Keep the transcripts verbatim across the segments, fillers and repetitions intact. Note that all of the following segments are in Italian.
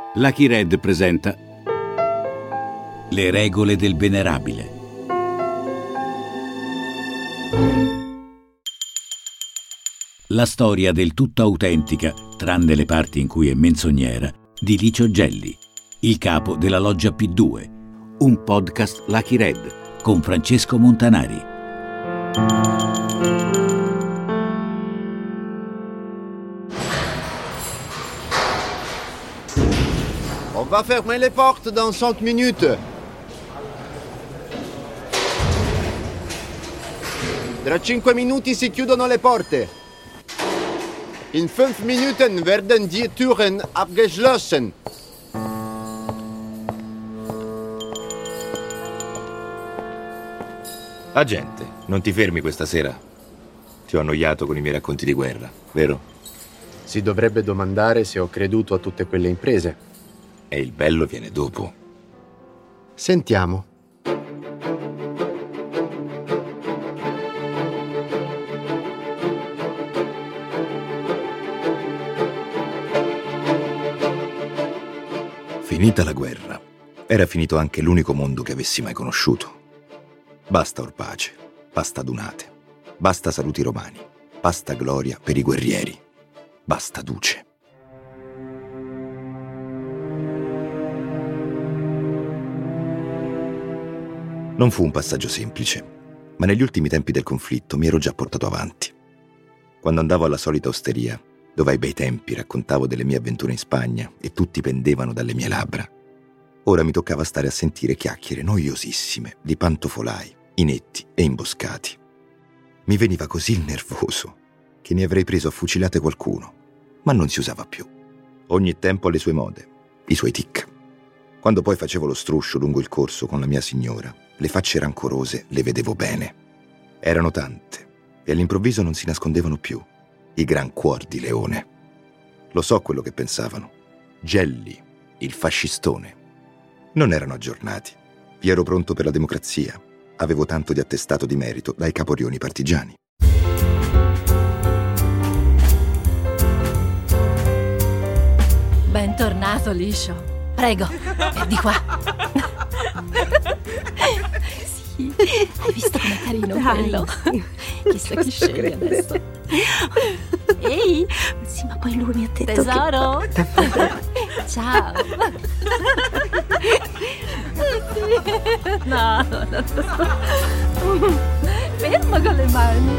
Lucky Red presenta Le regole del venerabile. La storia del tutto autentica, tranne le parti in cui è menzognera, di Licio Gelli, il capo della loggia P due, un podcast Lucky Red con Francesco Montanari. On va fermer les portes dans cinq minutes. Tra cinque minuti si chiudono le porte. In fünf Minuten werden die Türen abgeschlossen. Agente, non ti fermi questa sera? Ti ho annoiato con i miei racconti di guerra, vero? Si dovrebbe domandare se ho creduto a tutte quelle imprese. E il bello viene dopo. Sentiamo. Finita la guerra, era finito anche l'unico mondo che avessi mai conosciuto. Basta or pace, basta dunate, basta saluti romani, basta gloria per i guerrieri, basta duce. Non fu un passaggio semplice, ma negli ultimi tempi del conflitto mi ero già portato avanti. Quando andavo alla solita osteria, dove ai bei tempi raccontavo delle mie avventure in Spagna e tutti pendevano dalle mie labbra, ora mi toccava stare a sentire chiacchiere noiosissime di pantofolai, inetti e imboscati. Mi veniva così il nervoso che ne avrei preso a fucilate qualcuno, ma non si usava più. Ogni tempo ha le sue mode, i suoi tic. Quando poi facevo lo struscio lungo il corso con la mia signora, le facce rancorose le vedevo bene. Erano tante e all'improvviso non si nascondevano più, i gran cuor di leone. Lo so quello che pensavano. Gelli, il fascistone. Non erano aggiornati. Io ero pronto per la democrazia. Avevo tanto di attestato di merito dai caporioni partigiani. Bentornato, Liscio. Prego, è di qua. Sì, hai visto com'è carino quello? Chissà chi sceglie adesso. Ehi! Sì, ma poi lui mi ha detto Tesoro! Che... Ciao! No, no, no, no. Fermo con le mani!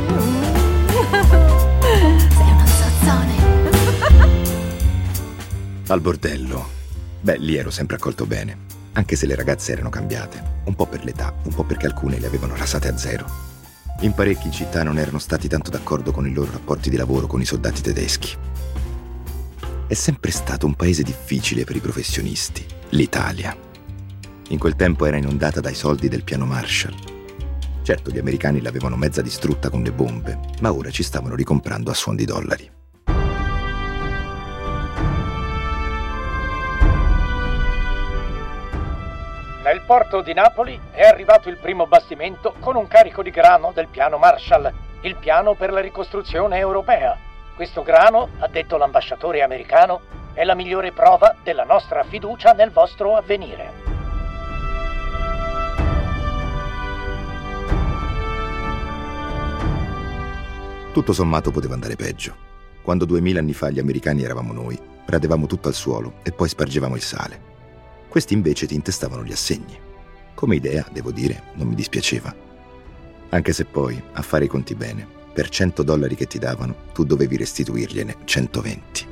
Sei uno zozzone! Al bordello. Beh, lì ero sempre accolto bene, anche se le ragazze erano cambiate, un po' per l'età, un po' perché alcune le avevano rasate a zero. In parecchi in città non erano stati tanto d'accordo con i loro rapporti di lavoro con i soldati tedeschi. È sempre stato un paese difficile per i professionisti, l'Italia. In quel tempo era inondata dai soldi del piano Marshall. Certo, gli americani l'avevano mezza distrutta con le bombe, ma ora ci stavano ricomprando a suon di dollari. Nel porto di Napoli è arrivato il primo bastimento con un carico di grano del piano Marshall, il piano per la ricostruzione europea. Questo grano, ha detto l'ambasciatore americano, è la migliore prova della nostra fiducia nel vostro avvenire. Tutto sommato poteva andare peggio. Quando duemila anni fa gli americani eravamo noi, radevamo tutto al suolo e poi spargevamo il sale. Questi invece ti intestavano gli assegni. Come idea, devo dire, non mi dispiaceva. Anche se poi, a fare i conti bene, per cento dollari che ti davano, tu dovevi restituirgliene centoventi.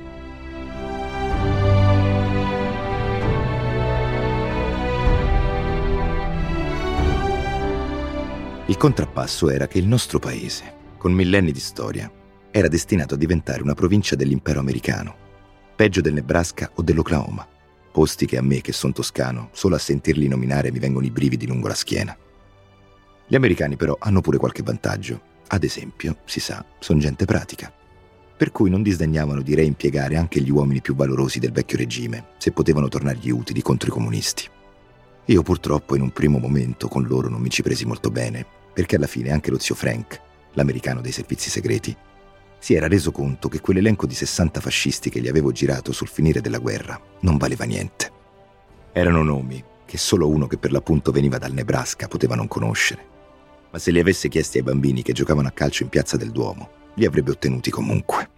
Il contrappasso era che il nostro paese, con millenni di storia, era destinato a diventare una provincia dell'impero americano, peggio del Nebraska o dell'Oklahoma. Posti che a me, che son toscano, solo a sentirli nominare mi vengono i brividi lungo la schiena. Gli americani però hanno pure qualche vantaggio. Ad esempio, si sa, son gente pratica. Per cui non disdegnavano di reimpiegare anche gli uomini più valorosi del vecchio regime, se potevano tornargli utili contro i comunisti. Io purtroppo in un primo momento con loro non mi ci presi molto bene, perché alla fine anche lo zio Frank, l'americano dei servizi segreti, si era reso conto che quell'elenco di sessanta fascisti che gli avevo girato sul finire della guerra non valeva niente. Erano nomi che solo uno che per l'appunto veniva dal Nebraska poteva non conoscere. Ma se li avesse chiesti ai bambini che giocavano a calcio in Piazza del Duomo, li avrebbe ottenuti comunque.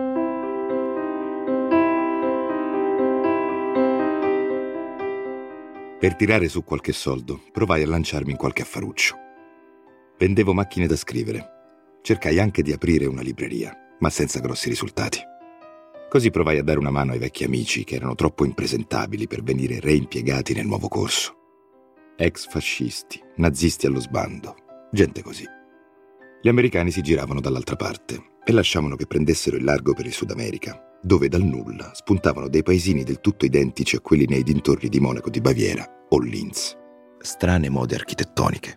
Per tirare su qualche soldo, provai a lanciarmi in qualche affaruccio. Vendevo macchine da scrivere. Cercai anche di aprire una libreria, ma senza grossi risultati. Così provai a dare una mano ai vecchi amici che erano troppo impresentabili per venire reimpiegati nel nuovo corso. Ex fascisti, nazisti allo sbando, gente così. Gli americani si giravano dall'altra parte e lasciavano che prendessero il largo per il Sud America, dove dal nulla spuntavano dei paesini del tutto identici a quelli nei dintorni di Monaco di Baviera o Linz. Strane mode architettoniche.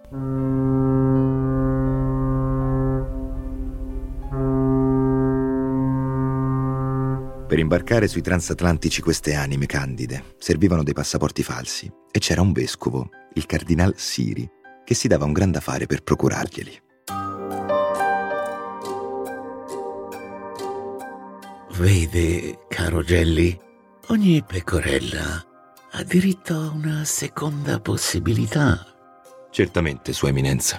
Per imbarcare sui transatlantici queste anime candide servivano dei passaporti falsi e c'era un vescovo, il cardinal Siri, che si dava un gran da fare per procurarglieli. Vede, caro Gelli, ogni pecorella ha diritto a una seconda possibilità. Certamente, Sua Eminenza.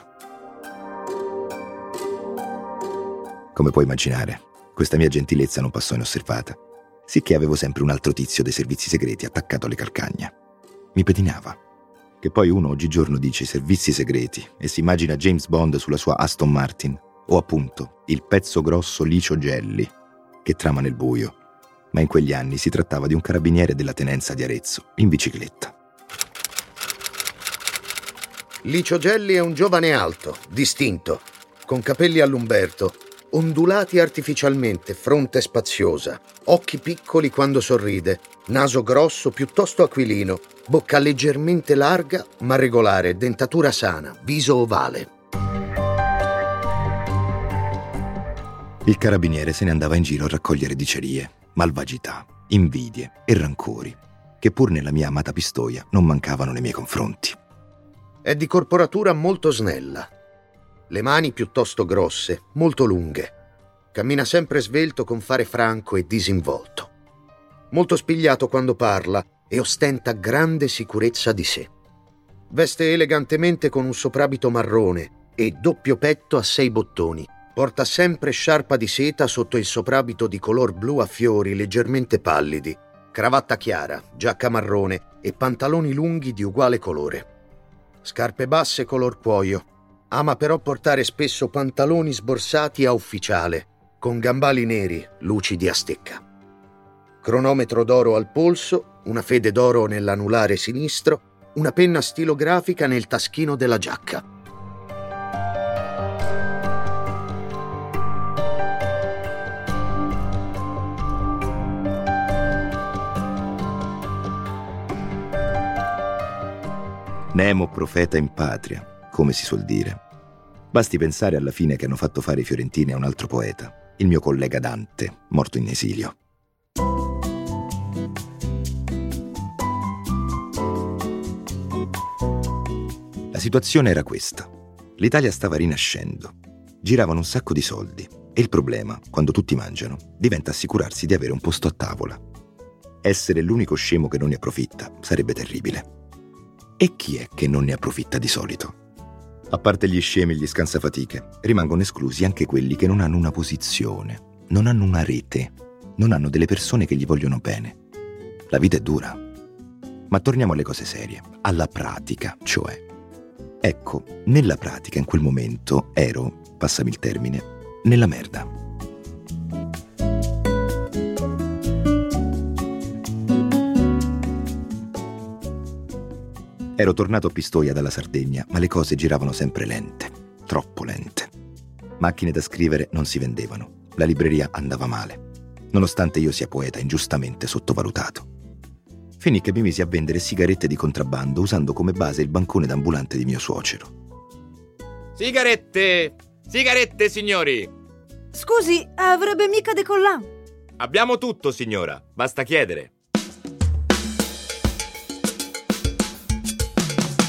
Come puoi immaginare, questa mia gentilezza non passò inosservata, sicché avevo sempre un altro tizio dei servizi segreti attaccato alle calcagna. Mi pedinava. Che poi uno oggigiorno dice i servizi segreti e si immagina James Bond sulla sua Aston Martin, o appunto il pezzo grosso Licio Gelli, che trama nel buio, ma in quegli anni si trattava di un carabiniere della tenenza di Arezzo, in bicicletta. Licio Gelli è un giovane alto, distinto, con capelli all'Umberto, ondulati artificialmente, fronte spaziosa, occhi piccoli quando sorride, naso grosso piuttosto aquilino, bocca leggermente larga ma regolare, dentatura sana, viso ovale. Il carabiniere se ne andava in giro a raccogliere dicerie, malvagità, invidie e rancori, che pur nella mia amata Pistoia non mancavano nei miei confronti. È di corporatura molto snella, le mani piuttosto grosse, molto lunghe. Cammina sempre svelto con fare franco e disinvolto. Molto spigliato quando parla e ostenta grande sicurezza di sé. Veste elegantemente con un soprabito marrone e doppio petto a sei bottoni. Porta sempre sciarpa di seta sotto il soprabito di color blu a fiori leggermente pallidi, cravatta chiara, giacca marrone e pantaloni lunghi di uguale colore. Scarpe basse color cuoio. Ama però portare spesso pantaloni sborsati a ufficiale, con gambali neri, lucidi a stecca. Cronometro d'oro al polso, una fede d'oro nell'anulare sinistro, una penna stilografica nel taschino della giacca. Nemo profeta in patria, come si suol dire. Basti pensare alla fine che hanno fatto fare i fiorentini a un altro poeta, il mio collega Dante, morto in esilio. La situazione era questa. L'Italia stava rinascendo. Giravano un sacco di soldi e il problema, quando tutti mangiano, diventa assicurarsi di avere un posto a tavola. Essere l'unico scemo che non ne approfitta sarebbe terribile. E chi è che non ne approfitta di solito? A parte gli scemi e gli scansafatiche, rimangono esclusi anche quelli che non hanno una posizione, non hanno una rete, non hanno delle persone che gli vogliono bene. La vita è dura. Ma torniamo alle cose serie, alla pratica, cioè. Ecco, nella pratica in quel momento ero, passami il termine, nella merda. Ero tornato a Pistoia dalla Sardegna, ma le cose giravano sempre lente, troppo lente. Macchine da scrivere non si vendevano, la libreria andava male, nonostante io sia poeta ingiustamente sottovalutato. Finì che mi misi a vendere sigarette di contrabbando usando come base il bancone d'ambulante di mio suocero. Sigarette! Sigarette, signori! Scusi, avrebbe mica decollant? Abbiamo tutto, signora, basta chiedere.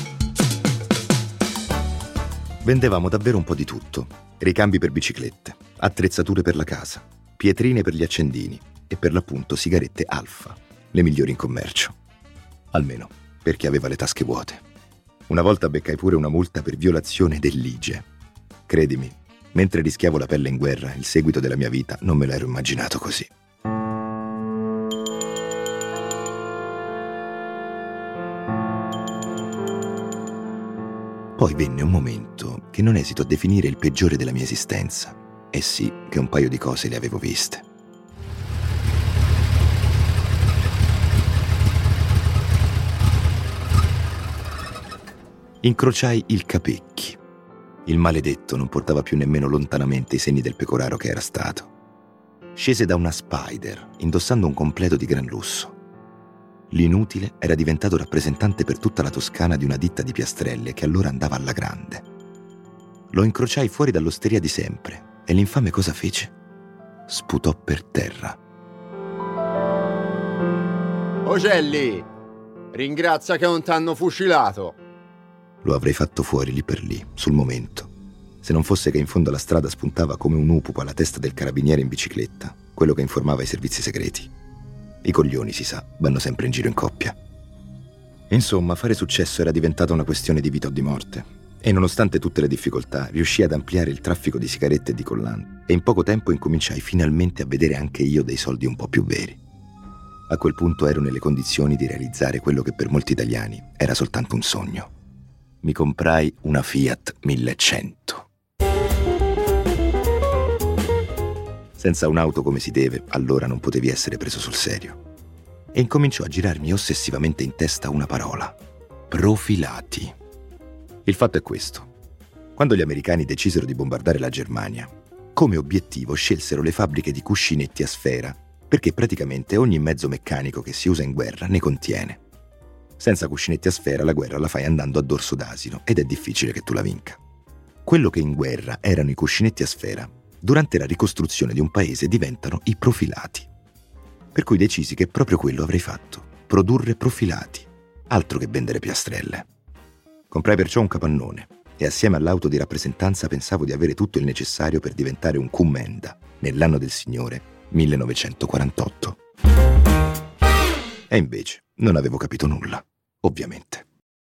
Vendevamo davvero un po' di tutto. Ricambi per biciclette, attrezzature per la casa, pietrine per gli accendini e per l'appunto sigarette Alfa, le migliori in commercio. Almeno per chi aveva le tasche vuote. Una volta beccai pure una multa per violazione del lige. Credimi, mentre rischiavo la pelle in guerra, il seguito della mia vita non me l'ero immaginato così. Poi venne un momento che non esito a definire il peggiore della mia esistenza. E sì, che un paio di cose le avevo viste. Incrociai il Capecchi. Il maledetto non portava più nemmeno lontanamente i segni del pecoraro che era stato. Scese da una Spider, indossando un completo di gran lusso. L'inutile era diventato rappresentante per tutta la Toscana di una ditta di piastrelle che allora andava alla grande. Lo incrociai fuori dall'osteria di sempre e l'infame cosa fece? Sputò per terra. Ogelli, ringrazia che non t'hanno fucilato. Lo avrei fatto fuori lì per lì, sul momento, se non fosse che in fondo alla strada spuntava come un upupo alla testa del carabiniere in bicicletta, quello che informava i servizi segreti. I coglioni, si sa, vanno sempre in giro in coppia. Insomma, fare successo era diventata una questione di vita o di morte. E nonostante tutte le difficoltà, riuscii ad ampliare il traffico di sigarette e di collant. E in poco tempo incominciai finalmente a vedere anche io dei soldi un po' più veri. A quel punto ero nelle condizioni di realizzare quello che per molti italiani era soltanto un sogno. Mi comprai una Fiat millecento. Senza un'auto come si deve, allora non potevi essere preso sul serio. E incominciò a girarmi ossessivamente in testa una parola: profilati. Il fatto è questo. Quando gli americani decisero di bombardare la Germania, come obiettivo scelsero le fabbriche di cuscinetti a sfera, perché praticamente ogni mezzo meccanico che si usa in guerra ne contiene. Senza cuscinetti a sfera la guerra la fai andando a dorso d'asino ed è difficile che tu la vinca. Quello che in guerra erano i cuscinetti a sfera, durante la ricostruzione di un paese diventano i profilati. Per cui decisi che proprio quello avrei fatto, produrre profilati, altro che vendere piastrelle. Comprai perciò un capannone e assieme all'auto di rappresentanza pensavo di avere tutto il necessario per diventare un commenda nell'anno del Signore millenovecentoquarantotto. E invece non avevo capito nulla, ovviamente.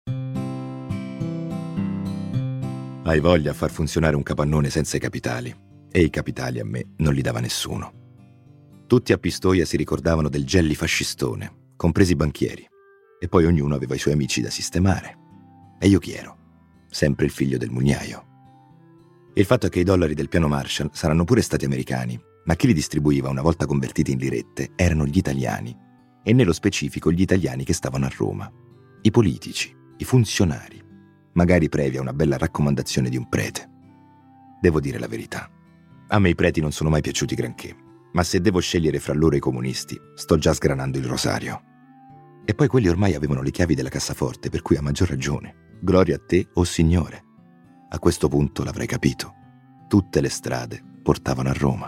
Hai voglia a far funzionare un capannone senza i capitali, e i capitali a me non li dava nessuno. Tutti a Pistoia si ricordavano del Gelli fascistone, compresi i banchieri, e poi ognuno aveva i suoi amici da sistemare. E io chi ero? Sempre il figlio del mugnaio. Il fatto è che i dollari del piano Marshall saranno pure stati americani, ma chi li distribuiva una volta convertiti in lirette erano gli italiani, e nello specifico gli italiani che stavano a Roma, i politici, i funzionari, magari previa una bella raccomandazione di un prete. Devo dire la verità. A me i preti non sono mai piaciuti granché, ma se devo scegliere fra loro e i comunisti, sto già sgranando il rosario. E poi quelli ormai avevano le chiavi della cassaforte, per cui a maggior ragione, gloria a te, o Signore. A questo punto l'avrei capito. Tutte le strade portavano a Roma.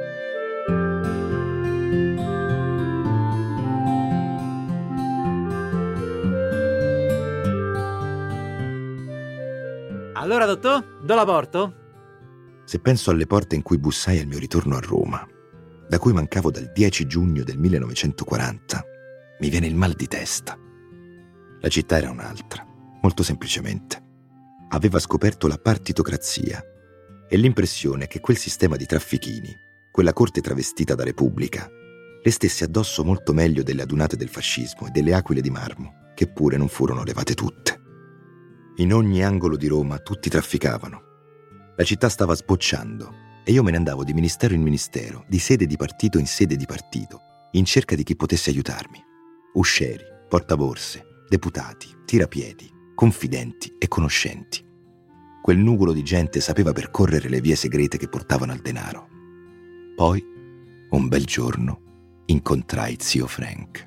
Allora, dottor, do la porto? Se penso alle porte in cui bussai al mio ritorno a Roma, da cui mancavo dal dieci giugno del millenovecentoquaranta, mi viene il mal di testa. La città era un'altra, molto semplicemente. Aveva scoperto la partitocrazia e l'impressione che quel sistema di traffichini, quella corte travestita da repubblica, le stesse addosso molto meglio delle adunate del fascismo e delle aquile di marmo, che pure non furono levate tutte. In ogni angolo di Roma tutti trafficavano. La città stava sbocciando e io me ne andavo di ministero in ministero, di sede di partito in sede di partito, in cerca di chi potesse aiutarmi. Uscieri, portaborse, deputati, tirapiedi, confidenti e conoscenti. Quel nugolo di gente sapeva percorrere le vie segrete che portavano al denaro. Poi, un bel giorno, incontrai zio Frank.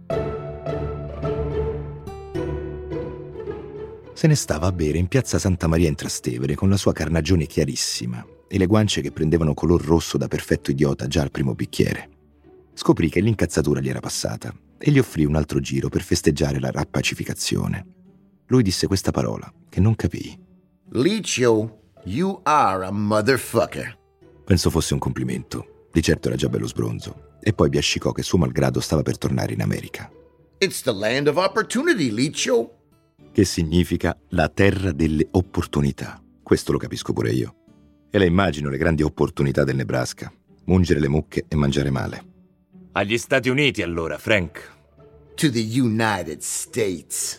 Se ne stava a bere in piazza Santa Maria in Trastevere con la sua carnagione chiarissima e le guance che prendevano color rosso da perfetto idiota già al primo bicchiere. Scoprì che l'incazzatura gli era passata e gli offrì un altro giro per festeggiare la rappacificazione. Lui disse questa parola che non capii. Licio, you are a motherfucker. Pensò fosse un complimento. Di certo era già bello sbronzo. E poi biascicò che suo malgrado stava per tornare in America. It's the land of opportunity, Licio. Che significa la terra delle opportunità. Questo lo capisco pure io. E le immagino le grandi opportunità del Nebraska. Mungere le mucche e mangiare male. Agli Stati Uniti allora, Frank. To the United States.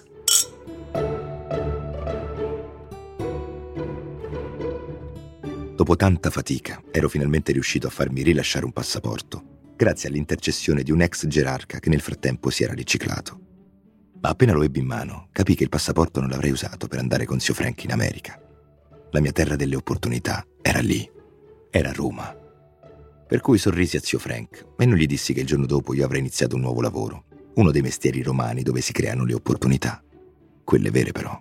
Dopo tanta fatica, ero finalmente riuscito a farmi rilasciare un passaporto, grazie all'intercessione di un ex gerarca che nel frattempo si era riciclato. Ma appena lo ebbi in mano, capii che il passaporto non l'avrei usato per andare con zio Frank in America. La mia terra delle opportunità era lì, era Roma. Per cui sorrisi a zio Frank e non gli dissi che il giorno dopo io avrei iniziato un nuovo lavoro, uno dei mestieri romani dove si creano le opportunità. Quelle vere però.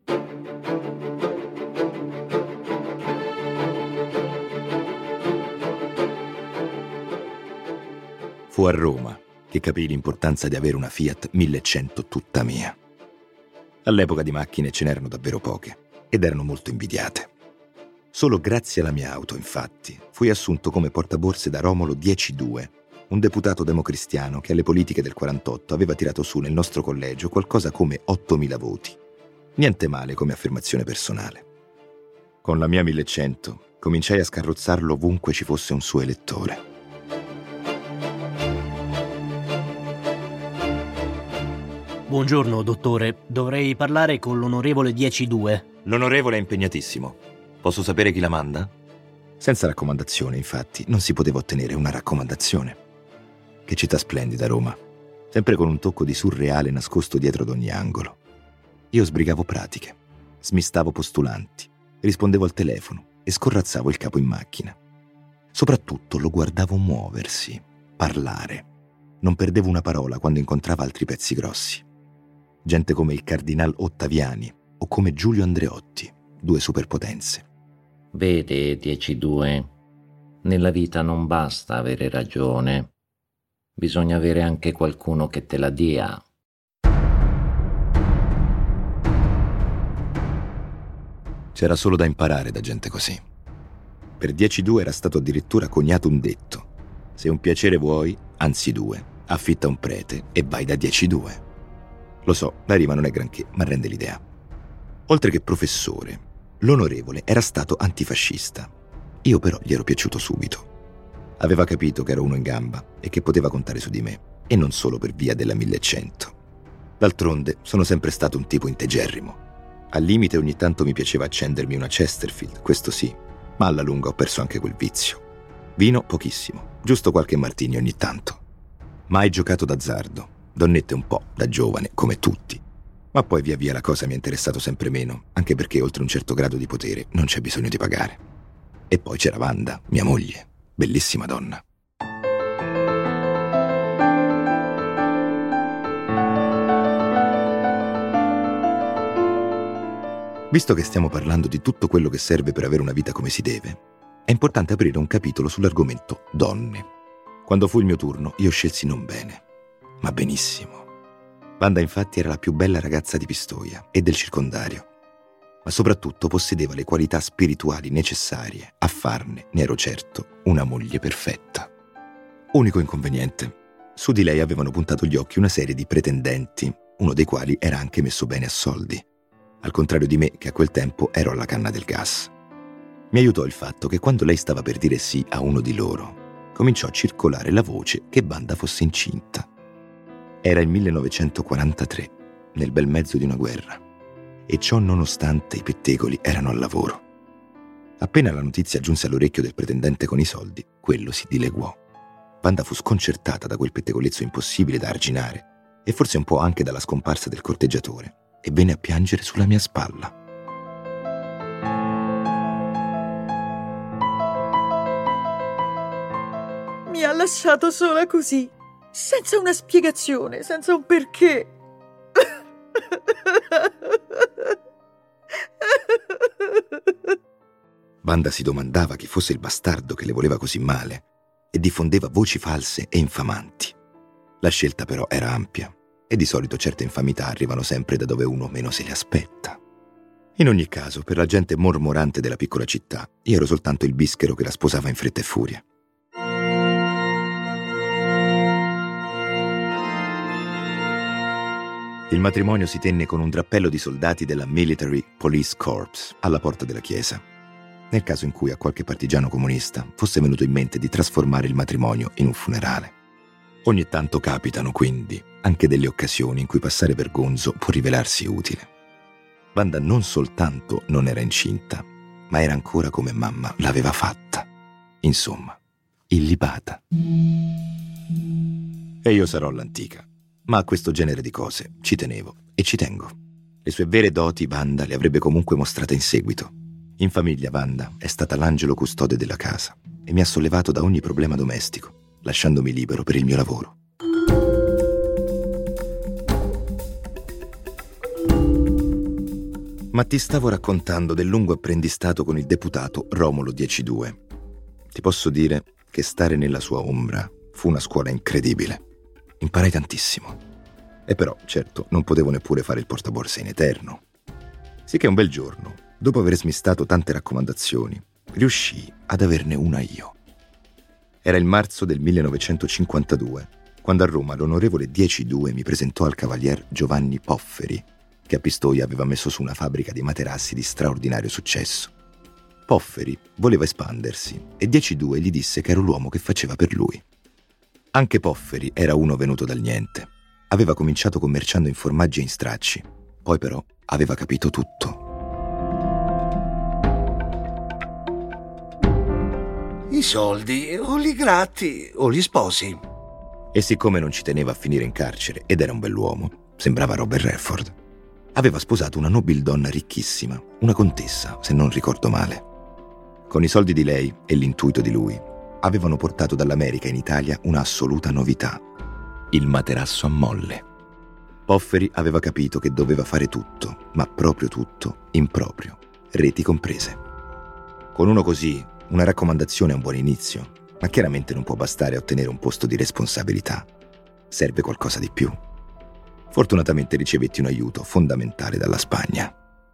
Fu a Roma che capii l'importanza di avere una Fiat millecento tutta mia. All'epoca di macchine ce n'erano davvero poche ed erano molto invidiate. Solo grazie alla mia auto, infatti, fui assunto come portaborse da Romolo dieci due, un deputato democristiano che alle politiche del quarantotto aveva tirato su nel nostro collegio qualcosa come ottomila voti. Niente male come affermazione personale. Con la mia millecento cominciai a scarrozzarlo ovunque ci fosse un suo elettore. Buongiorno, dottore. Dovrei parlare con l'onorevole dieci due. L'onorevole è impegnatissimo. Posso sapere chi la manda? Senza raccomandazione, infatti, non si poteva ottenere una raccomandazione. Che città splendida, Roma. Sempre con un tocco di surreale nascosto dietro ad ogni angolo. Io sbrigavo pratiche, smistavo postulanti, rispondevo al telefono e scorrazzavo il capo in macchina. Soprattutto lo guardavo muoversi, parlare. Non perdevo una parola quando incontrava altri pezzi grossi. Gente come il Cardinal Ottaviani o come Giulio Andreotti, due superpotenze. Vede, dieci due, nella vita non basta avere ragione. Bisogna avere anche qualcuno che te la dia. C'era solo da imparare da gente così. Per dieci due era stato addirittura coniato un detto. Se un piacere vuoi, anzi due, affitta un prete e vai da dieci due. Lo so, la rima non è granché, ma rende l'idea. Oltre che professore, l'onorevole era stato antifascista. Io però gli ero piaciuto subito. Aveva capito che ero uno in gamba e che poteva contare su di me, e non solo per via della millecento. D'altronde sono sempre stato un tipo integerrimo. Al limite ogni tanto mi piaceva accendermi una Chesterfield, questo sì, ma alla lunga ho perso anche quel vizio. Vino pochissimo, giusto qualche martini ogni tanto. Mai giocato d'azzardo, donnette un po' da giovane, come tutti. Ma poi via via la cosa mi è interessato sempre meno, anche perché oltre un certo grado di potere non c'è bisogno di pagare. E poi c'era Wanda, mia moglie, bellissima donna. Visto che stiamo parlando di tutto quello che serve per avere una vita come si deve, è importante aprire un capitolo sull'argomento donne. Quando fu il mio turno, io scelsi non bene, ma benissimo. Wanda infatti era la più bella ragazza di Pistoia e del circondario, ma soprattutto possedeva le qualità spirituali necessarie a farne, ne ero certo, una moglie perfetta. Unico inconveniente, su di lei avevano puntato gli occhi una serie di pretendenti, uno dei quali era anche messo bene a soldi, al contrario di me che a quel tempo ero alla canna del gas. Mi aiutò il fatto che quando lei stava per dire sì a uno di loro, cominciò a circolare la voce che Wanda fosse incinta. Era il millenovecentoquarantatré, nel bel mezzo di una guerra, e ciò nonostante i pettegoli erano al lavoro. Appena la notizia giunse all'orecchio del pretendente con i soldi, quello si dileguò. Wanda fu sconcertata da quel pettegolezzo impossibile da arginare, e forse un po' anche dalla scomparsa del corteggiatore, e venne a piangere sulla mia spalla. Mi ha lasciato sola così, senza una spiegazione, senza un perché. Wanda si domandava chi fosse il bastardo che le voleva così male e diffondeva voci false e infamanti. La scelta però era ampia e di solito certe infamità arrivano sempre da dove uno meno se le aspetta. In ogni caso, per la gente mormorante della piccola città, io ero soltanto il bischero che la sposava in fretta e furia. Il matrimonio si tenne con un drappello di soldati della Military Police Corps alla porta della chiesa, nel caso in cui a qualche partigiano comunista fosse venuto in mente di trasformare il matrimonio in un funerale. Ogni tanto capitano, quindi, anche delle occasioni in cui passare per gonzo può rivelarsi utile. Wanda non soltanto non era incinta, ma era ancora come mamma l'aveva fatta. Insomma, illibata. E io sarò l'antica, ma a questo genere di cose ci tenevo e ci tengo. Le sue vere doti Wanda le avrebbe comunque mostrate in seguito. In famiglia Wanda è stata l'angelo custode della casa e mi ha sollevato da ogni problema domestico, lasciandomi libero per il mio lavoro. Ma ti stavo raccontando del lungo apprendistato con il deputato Romolo dieci due. Ti posso dire che stare nella sua ombra fu una scuola incredibile. Imparai tantissimo. E però, certo, non potevo neppure fare il portaborse in eterno. Sicché un bel giorno, dopo aver smistato tante raccomandazioni, riuscii ad averne una io. Era il marzo del millenovecentocinquantadue, quando a Roma l'onorevole dieci due mi presentò al cavalier Giovanni Pofferi, che a Pistoia aveva messo su una fabbrica di materassi di straordinario successo. Pofferi voleva espandersi e dieci due gli disse che ero l'uomo che faceva per lui. Anche Pofferi era uno venuto dal niente. Aveva cominciato commerciando in formaggi e in stracci, poi però aveva capito tutto. I soldi o li gratti o li sposi. E siccome non ci teneva a finire in carcere ed era un bell'uomo, sembrava Robert Redford, aveva sposato una nobildonna ricchissima, una contessa, se non ricordo male. Con i soldi di lei e l'intuito di lui, avevano portato dall'America in Italia una assoluta novità, il materasso a molle. Pofferi aveva capito che doveva fare tutto, ma proprio tutto, in proprio, reti comprese. Con uno così, una raccomandazione è un buon inizio, ma chiaramente non può bastare a ottenere un posto di responsabilità. Serve qualcosa di più. Fortunatamente ricevetti un aiuto fondamentale dalla Spagna.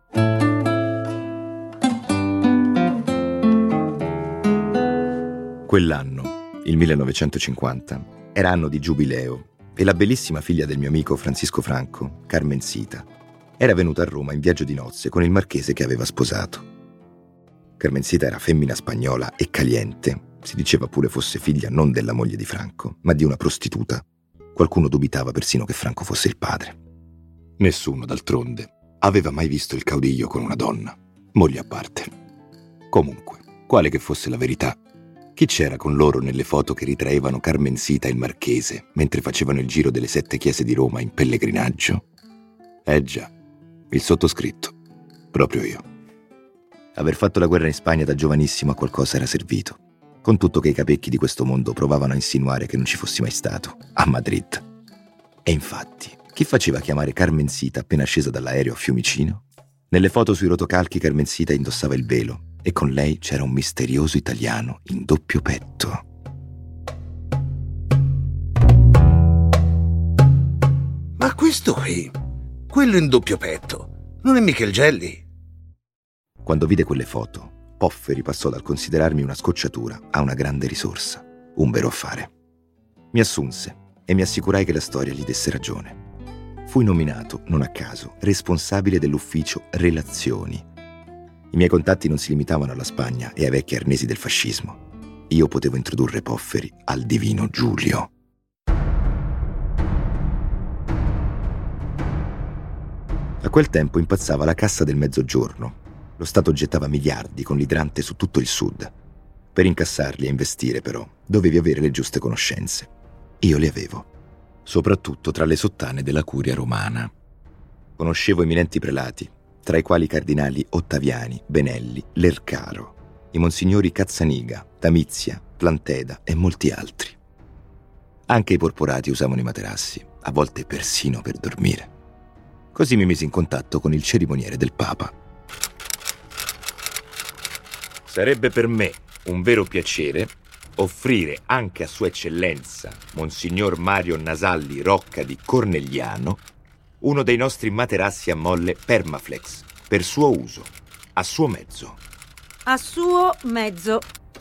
Quell'anno, il millenovecentocinquanta, era anno di giubileo e la bellissima figlia del mio amico Francisco Franco, Carmencita, era venuta a Roma in viaggio di nozze con il marchese che aveva sposato. Carmencita era femmina spagnola e caliente, si diceva pure fosse figlia non della moglie di Franco, ma di una prostituta. Qualcuno dubitava persino che Franco fosse il padre. Nessuno, d'altronde, aveva mai visto il caudiglio con una donna, moglie a parte. Comunque, quale che fosse la verità, chi c'era con loro nelle foto che ritraevano Carmencita e il marchese mentre facevano il giro delle sette chiese di Roma in pellegrinaggio? Eh già, il sottoscritto, proprio io. Aver fatto la guerra in Spagna da giovanissimo a qualcosa era servito, con tutto che i capecchi di questo mondo provavano a insinuare che non ci fossi mai stato, a Madrid. E infatti, chi faceva chiamare Carmencita appena scesa dall'aereo a Fiumicino? Nelle foto sui rotocalchi Carmencita indossava il velo e con lei c'era un misterioso italiano in doppio petto. Ma questo qui, quello in doppio petto, non è mica il Gelli? Quando vide quelle foto, Pofferi passò dal considerarmi una scocciatura a una grande risorsa, un vero affare. Mi assunse e mi assicurai che la storia gli desse ragione. Fui nominato, non a caso, responsabile dell'ufficio Relazioni. I miei contatti non si limitavano alla Spagna e ai vecchi arnesi del fascismo. Io potevo introdurre Pofferi al divino Giulio. A quel tempo impazzava la Cassa del Mezzogiorno. Lo Stato gettava miliardi con l'idrante su tutto il sud. Per incassarli e investire, però, dovevi avere le giuste conoscenze. Io le avevo, soprattutto tra le sottane della curia romana. Conoscevo eminenti prelati, tra i quali i cardinali Ottaviani, Benelli, Lercaro, i monsignori Cazzaniga, Tamizia, Planteda e molti altri. Anche i porporati usavano i materassi, a volte persino per dormire. Così mi misi in contatto con il cerimoniere del Papa. Sarebbe per me un vero piacere offrire anche a Sua Eccellenza Monsignor Mario Nasalli Rocca di Cornegliano uno dei nostri materassi a molle Permaflex, per suo uso, a suo mezzo. A suo mezzo.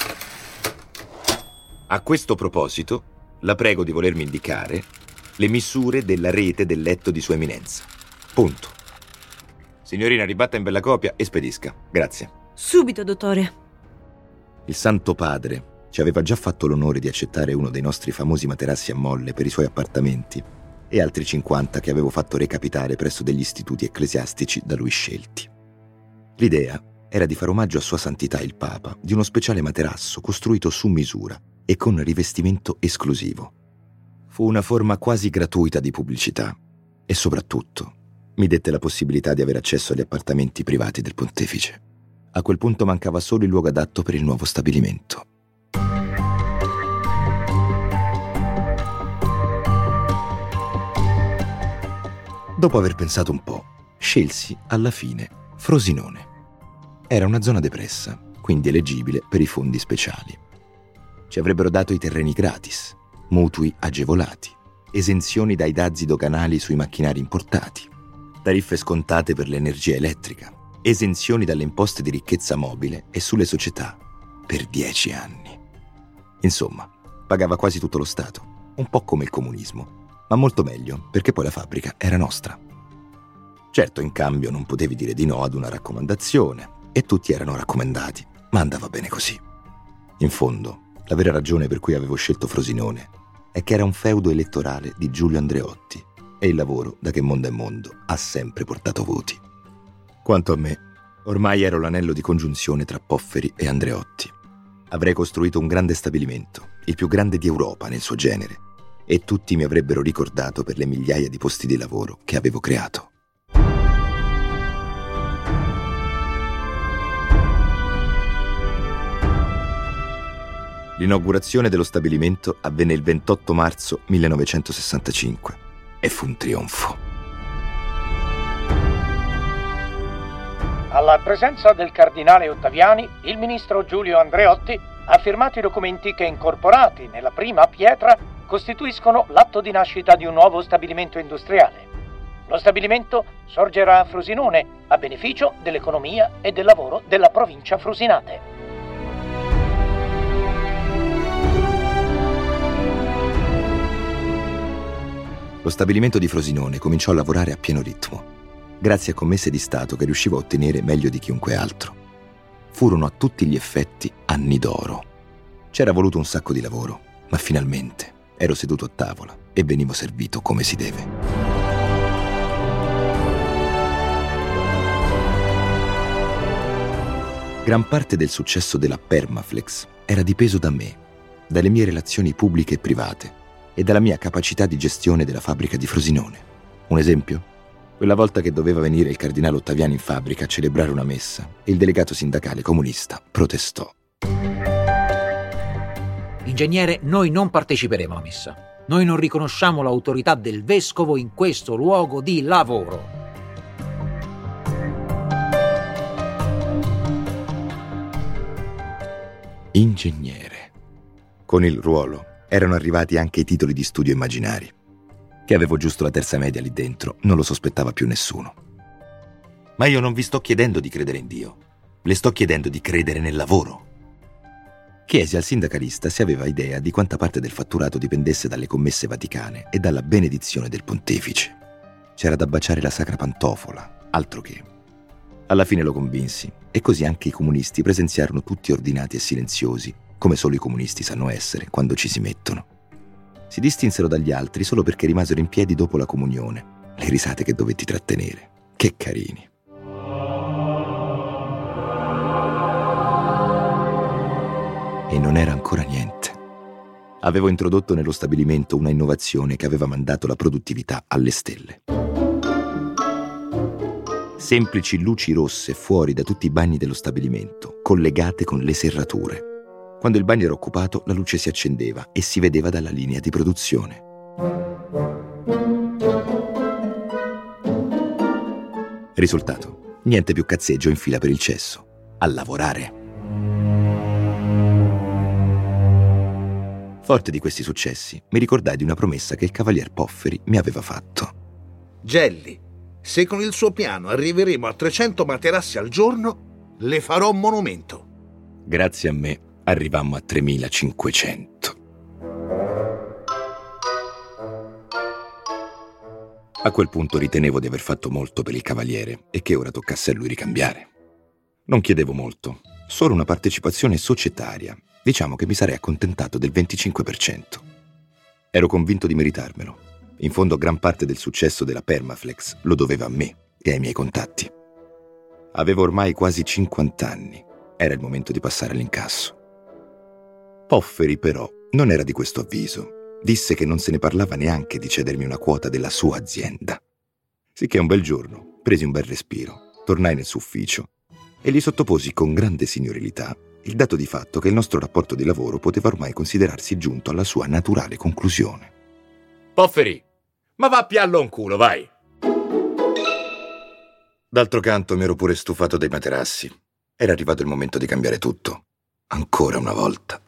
A questo proposito, la prego di volermi indicare le misure della rete del letto di Sua Eminenza. Punto. Signorina, ribatta in bella copia e spedisca. Grazie. Subito, dottore. Il Santo Padre ci aveva già fatto l'onore di accettare uno dei nostri famosi materassi a molle per i suoi appartamenti e altri cinquanta che avevo fatto recapitare presso degli istituti ecclesiastici da lui scelti. L'idea era di fare omaggio a Sua Santità il Papa di uno speciale materasso costruito su misura e con rivestimento esclusivo. Fu una forma quasi gratuita di pubblicità e soprattutto mi dette la possibilità di avere accesso agli appartamenti privati del pontefice. A quel punto mancava solo il luogo adatto per il nuovo stabilimento. Dopo aver pensato un po', scelsi alla fine Frosinone. Era una zona depressa, quindi eleggibile per i fondi speciali. Ci avrebbero dato i terreni gratis, mutui agevolati, esenzioni dai dazi doganali sui macchinari importati, tariffe scontate per l'energia elettrica, esenzioni dalle imposte di ricchezza mobile e sulle società per dieci anni. Insomma, pagava quasi tutto lo Stato, un po' come il comunismo, ma molto meglio perché poi la fabbrica era nostra. Certo, in cambio non potevi dire di no ad una raccomandazione e tutti erano raccomandati, ma andava bene così. In fondo, la vera ragione per cui avevo scelto Frosinone è che era un feudo elettorale di Giulio Andreotti e il lavoro, da che mondo è mondo, ha sempre portato voti. Quanto a me, ormai ero l'anello di congiunzione tra Pofferi e Andreotti. Avrei costruito un grande stabilimento, il più grande di Europa nel suo genere, e tutti mi avrebbero ricordato per le migliaia di posti di lavoro che avevo creato. L'inaugurazione dello stabilimento avvenne il ventotto marzo millenovecentosessantacinque e fu un trionfo. Alla presenza del cardinale Ottaviani, il ministro Giulio Andreotti ha firmato i documenti che, incorporati nella prima pietra, costituiscono l'atto di nascita di un nuovo stabilimento industriale. Lo stabilimento sorgerà a Frosinone a beneficio dell'economia e del lavoro della provincia frusinate. Lo stabilimento di Frosinone cominciò a lavorare a pieno ritmo, grazie a commesse di Stato che riuscivo a ottenere meglio di chiunque altro. Furono a tutti gli effetti anni d'oro. C'era voluto un sacco di lavoro, ma finalmente ero seduto a tavola e venivo servito come si deve. Gran parte del successo della Permaflex era dipeso da me, dalle mie relazioni pubbliche e private e dalla mia capacità di gestione della fabbrica di Frosinone. Un esempio? Quella volta che doveva venire il cardinale Ottaviani in fabbrica a celebrare una messa e il delegato sindacale comunista protestò. Ingegnere, noi non parteciperemo alla messa. Noi non riconosciamo l'autorità del vescovo in questo luogo di lavoro. Ingegnere. Con il ruolo erano arrivati anche i titoli di studio immaginari. Che avevo giusto la terza media lì dentro, non lo sospettava più nessuno. Ma io non vi sto chiedendo di credere in Dio, le sto chiedendo di credere nel lavoro. Chiesi al sindacalista se aveva idea di quanta parte del fatturato dipendesse dalle commesse vaticane e dalla benedizione del pontefice. C'era da baciare la sacra pantofola, altro che. Alla fine lo convinsi, e così anche i comunisti presenziarono tutti ordinati e silenziosi, come solo i comunisti sanno essere quando ci si mettono. Si distinsero dagli altri solo perché rimasero in piedi dopo la comunione, le risate che dovetti trattenere. Che carini. E non era ancora niente. Avevo introdotto nello stabilimento una innovazione che aveva mandato la produttività alle stelle. Semplici luci rosse fuori da tutti i bagni dello stabilimento, collegate con le serrature. Quando il bagno era occupato, la luce si accendeva e si vedeva dalla linea di produzione. Risultato: niente più cazzeggio in fila per il cesso. A lavorare. Forte di questi successi, mi ricordai di una promessa che il cavalier Pofferi mi aveva fatto. Gelli, Se con il suo piano arriveremo a trecento materassi al giorno, le farò un monumento. Grazie a me arrivammo a tremilacinquecento. A quel punto ritenevo di aver fatto molto per il cavaliere e che ora toccasse a lui ricambiare. Non chiedevo molto, solo una partecipazione societaria. Diciamo che mi sarei accontentato del venticinque per cento. Ero convinto di meritarmelo. In fondo gran parte del successo della Permaflex lo doveva a me e ai miei contatti. Avevo ormai quasi cinquanta anni. Era il momento di passare all'incasso. Pofferi, però, non era di questo avviso. Disse che non se ne parlava neanche di cedermi una quota della sua azienda. Sicché un bel giorno presi un bel respiro, tornai nel suo ufficio e gli sottoposi con grande signorilità il dato di fatto che il nostro rapporto di lavoro poteva ormai considerarsi giunto alla sua naturale conclusione. Pofferi, ma va a piallo un culo, vai! D'altro canto mi ero pure stufato dei materassi. Era arrivato il momento di cambiare tutto. Ancora una volta.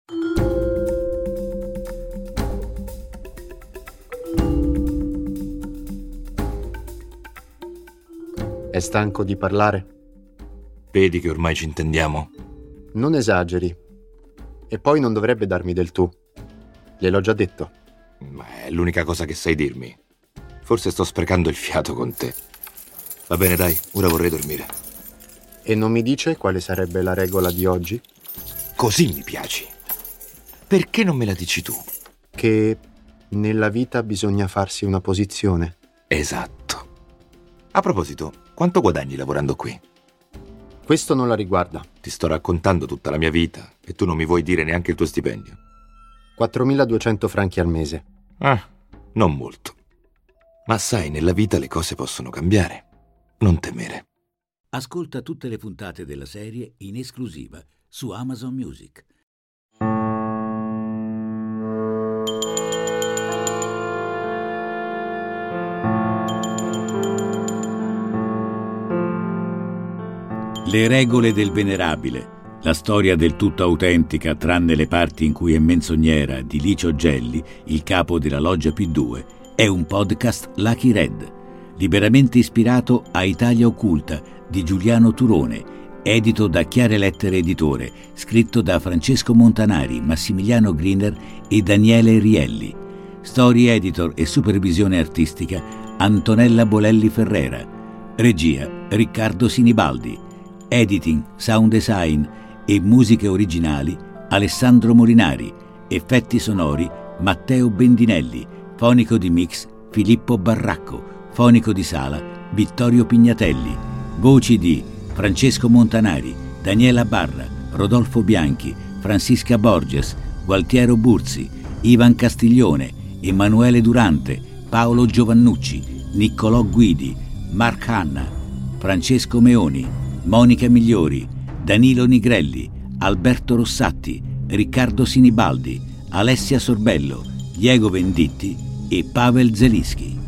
È stanco di parlare? Vedi che ormai ci intendiamo? Non esageri. E poi non dovrebbe darmi del tu. Gliel'ho già detto. Ma è l'unica cosa che sai dirmi. Forse sto sprecando il fiato con te. Va bene, dai, ora vorrei dormire. E non mi dice quale sarebbe la regola di oggi? Così mi piaci. Perché non me la dici tu? Che nella vita bisogna farsi una posizione. Esatto. A proposito, quanto guadagni lavorando qui? Questo non la riguarda. Ti sto raccontando tutta la mia vita e tu non mi vuoi dire neanche il tuo stipendio. quattromiladuecento franchi al mese. Ah, non molto. Ma sai, nella vita le cose possono cambiare. Non temere. Ascolta tutte le puntate della serie in esclusiva su Amazon Music. Le regole del venerabile, la storia del tutto autentica tranne le parti in cui è menzognera di Licio Gelli, il capo della loggia P due, è un podcast Lucky Red, liberamente ispirato a Italia Occulta di Giuliano Turone, edito da Chiare Lettere Editore, scritto da Francesco Montanari, Massimiliano Griner e Daniele Rielli. Story editor e supervisione artistica Antonella Bolelli Ferrera. Regia Riccardo Sinibaldi. Editing, sound design e musiche originali Alessandro Molinari. Effetti sonori Matteo Bendinelli. Fonico di mix Filippo Barracco. Fonico di sala Vittorio Pignatelli. Voci di Francesco Montanari, Daniela Barra, Rodolfo Bianchi, Francisca Borges, Gualtiero Burzi, Ivan Castiglione, Emanuele Durante, Paolo Giovannucci, Niccolò Guidi, Mark Hanna, Francesco Meoni, Monica Migliori, Danilo Nigrelli, Alberto Rossatti, Riccardo Sinibaldi, Alessia Sorbello, Diego Venditti e Pavel Zelischi.